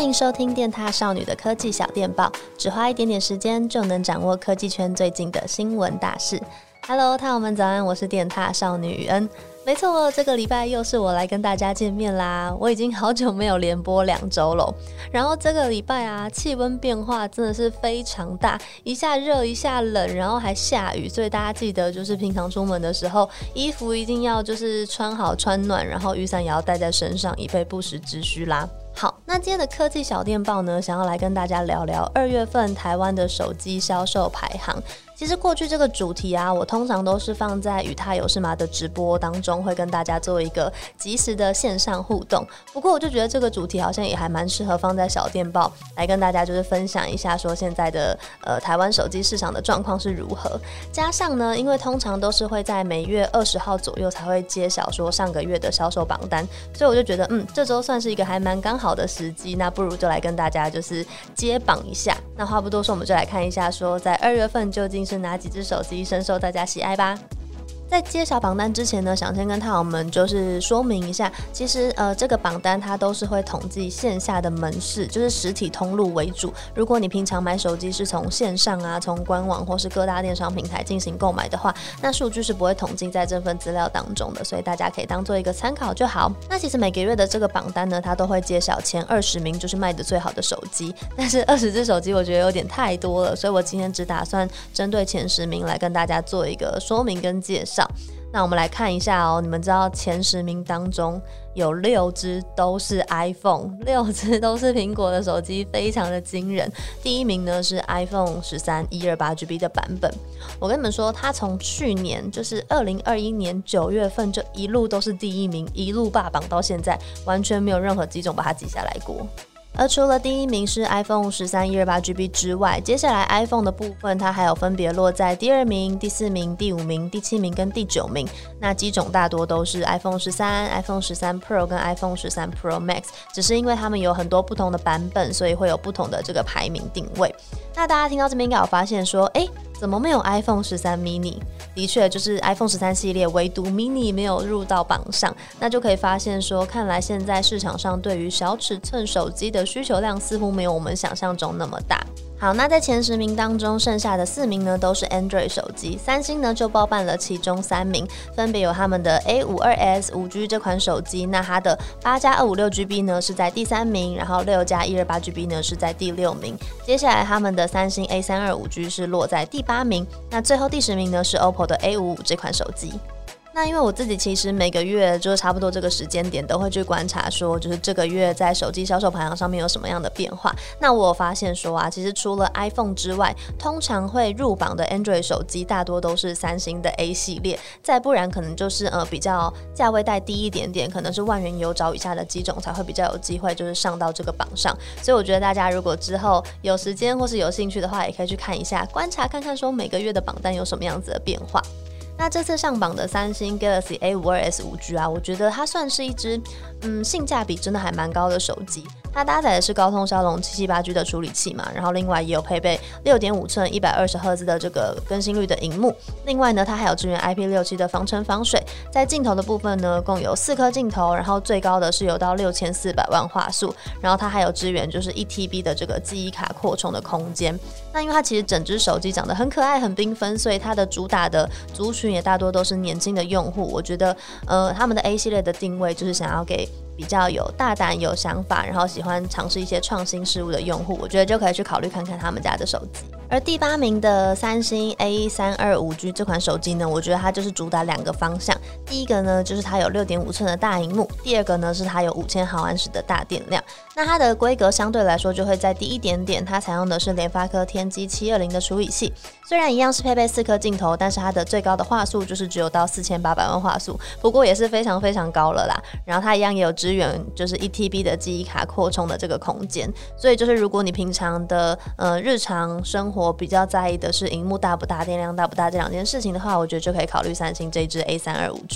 欢迎收听电踏少女的科技小电报，只花一点点时间就能掌握科技圈最近的新闻大事。Hello， 踏友们早安，我是电踏少女雨恩。没错，这个礼拜又是我来跟大家见面啦。我已经好久没有连播2周了，然后这个礼拜啊，气温变化真的是非常大，一下热一下冷，然后还下雨，所以大家记得就是平常出门的时候，衣服一定要就是穿好穿暖，然后雨伞也要带在身上，以备不时之需啦。好，那今天的科技小电报呢，想要来跟大家聊聊2月份台湾的手机销售排行。其实过去这个主题啊，我通常都是放在与他有事吗的直播当中，会跟大家做一个即时的线上互动。不过我就觉得这个主题好像也还蛮适合放在小电报来跟大家就是分享一下，说现在的台湾手机市场的状况是如何。加上呢，因为通常都是会在每月20号左右才会揭晓说上个月的销售榜单，所以我就觉得这周算是一个还蛮刚好的时机，那不如就来跟大家就是揭榜一下。那话不多说，我们就来看一下说在2月份究竟是哪几只手机深受大家喜爱吧。在揭晓榜单之前呢，想先跟踏友们就是说明一下，其实这个榜单它都是会统计线下的门市，就是实体通路为主。如果你平常买手机是从线上啊，从官网或是各大电商平台进行购买的话，那数据是不会统计在这份资料当中的，所以大家可以当做一个参考就好。那其实每个月的这个榜单呢，它都会揭晓前20名就是卖的最好的手机，但是20只手机我觉得有点太多了，所以我今天只打算针对前10名来跟大家做一个说明跟介绍。那我们来看一下哦，你们知道前10名当中有6只都是 iPhone，6只都是苹果的手机，非常的惊人。第1名呢是 iPhone 13 128GB 的版本。我跟你们说，它从去年就是2021年9月份就一路都是第1名，一路霸榜到现在，完全没有任何机种把它挤下来过。而除了第1名是 iPhone 13 128GB 之外，接下来 iPhone 的部分它还有分别落在第2名、第4名、第5名、第7名跟第9名。那机种大多都是 iPhone 13、iPhone 13 Pro 跟 iPhone 13 Pro Max， 只是因为它们有很多不同的版本，所以会有不同的这个排名定位。那大家听到这边应该有发现说，怎么没有 iPhone 13 mini？ 的确，就是 iPhone 13系列唯独 mini 没有入到榜上，那就可以发现说，看来现在市场上对于小尺寸手机的需求量似乎没有我们想象中那么大。好，那在前10名当中，剩下的4名呢都是 Android 手机，三星呢就包办了其中3名，分别有他们的 A52s 5G 这款手机，那它的8+256GB 呢是在第3名，然后6+128GB 呢是在第6名，接下来他们的三星 A32 5G 是落在第8名，那最后第10名呢是 OPPO 的 A55 这款手机。那因为我自己其实每个月就是差不多这个时间点都会去观察说，就是这个月在手机销售排行上面有什么样的变化。那我有发现说啊，其实除了 iPhone 之外，通常会入榜的 Android 手机大多都是三星的 A 系列，再不然可能就是比较价位带低一点点，可能是万元有找以下的机种才会比较有机会就是上到这个榜上。所以我觉得大家如果之后有时间或是有兴趣的话，也可以去看一下，观察看看说每个月的榜单有什么样子的变化。那这次上榜的三星 Galaxy A52s 5G 啊，我觉得它算是一支性价比真的还蛮高的手机。它搭载的是高通骁龙 778G 的处理器嘛，然后另外也有配备 6.5 寸 120Hz 的这个更新率的萤幕。另外呢，它还有支援 IP67 的防尘防水。在镜头的部分呢，共有4颗镜头，然后最高的是有到6400万画素，然后它还有支援就是 1TB 的这个记忆卡扩充的空间。那因为它其实整只手机长得很可爱很缤纷，所以它的主打的族群也大多都是年轻的用户。我觉得他们的 A 系列的定位就是想要给比较有大胆有想法，然后喜欢尝试一些创新事物的用户，我觉得就可以去考虑看看他们家的手机。而第8名的三星 A32 5G 这款手机呢，我觉得它就是主打2个方向。第一个呢，就是它有 6.5 寸的大萤幕，第二个呢是它有5000毫安时的大电量。那它的规格相对来说就会再低一点点，它采用的是联发科天玑720的处理器，虽然一样是配备4颗镜头，但是它的最高的画素就是只有到4800万画素，不过也是非常非常高了啦。然后它一样也有支援就是 1TB 的记忆卡扩充的这个空间，所以就是如果你平常的日常生活比较在意的是萤幕大不大、电量大不大这2件事情的话，我觉得就可以考虑三星这支 A32 5G。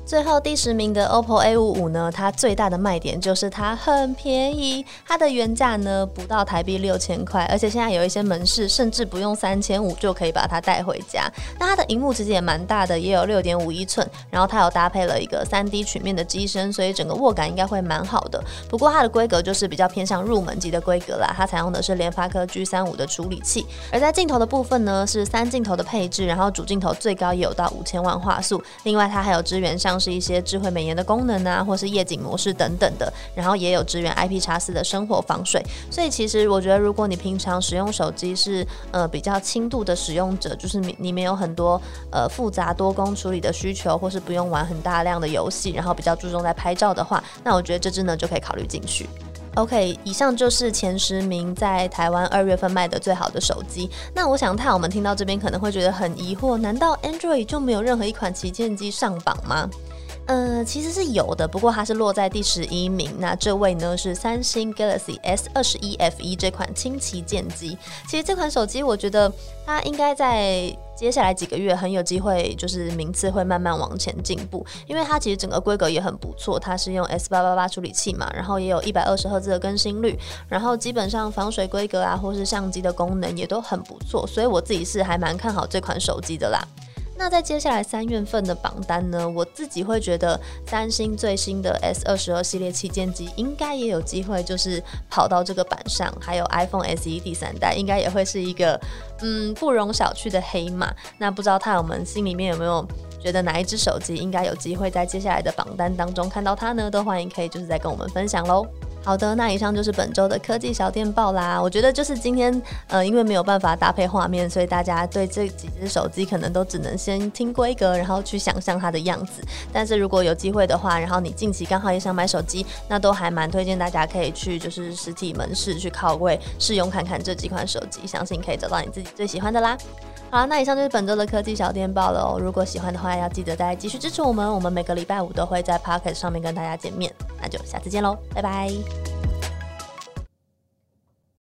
最后第10名的 OPPO A55 呢，它最大的卖点就是它很便宜，它的原价呢不到台币6000块，而且现在有一些门市甚至不用3500就可以把它带回家。那它的萤幕其实也蛮大的，也有6.51寸，然后它有搭配了一个3D 曲面的机身，所以整个握感应该会蛮好的。不过它的规格就是比较偏向入门级的规格啦，它采用的是联发科 G35 的处理器。而在镜头的部分呢，是3镜头的配置，然后主镜头最高也有到5000万画素，另外它还有支援像是一些智慧美颜的功能啊，或是夜景模式等等的，然后也有支援 IPX4 的生活防水。所以其实我觉得，如果你平常使用手机是比较轻度的使用者，就是你没有很多复杂多工处理的需求，或是不用玩很大量的游戏，然后比较注重在拍照的话，那我觉得这支呢就可以考虑进去。OK， 以上就是前10名在台湾2月份卖的最好的手机。那我想我们听到这边可能会觉得很疑惑，难道 Android 就没有任何一款旗舰机上榜吗？其实是有的，不过它是落在第11名。那这位呢是三星 Galaxy S21 FE 这款轻旗舰机。其实这款手机我觉得它应该在接下来几个月很有机会，就是名次会慢慢往前进步，因为它其实整个规格也很不错，它是用 S888 处理器嘛，然后也有120赫兹的更新率，然后基本上防水规格啊，或是相机的功能也都很不错，所以我自己是还蛮看好这款手机的啦。那在接下来3月份的榜单呢，我自己会觉得三星最新的 S22 系列旗舰机应该也有机会就是跑到这个榜上，还有 iPhone SE 第3代应该也会是一个不容小觑的黑马。那不知道我们心里面有没有觉得哪一只手机应该有机会在接下来的榜单当中看到它呢？都欢迎可以就是再跟我们分享咯。好的，那以上就是本周的科技小电报啦。我觉得就是今天因为没有办法搭配画面，所以大家对这几只手机可能都只能先听规格，然后去想象它的样子。但是如果有机会的话，然后你近期刚好也想买手机，那都还蛮推荐大家可以去就是实体门市去靠柜试用看看这几款手机，相信可以找到你自己最喜欢的啦。好啦，那以上就是本周的科技小电报了哦。如果喜欢的话，要记得再继续支持我们。我们每个礼拜5都会在 Podcast 上面跟大家见面，那就下次见喽，拜拜。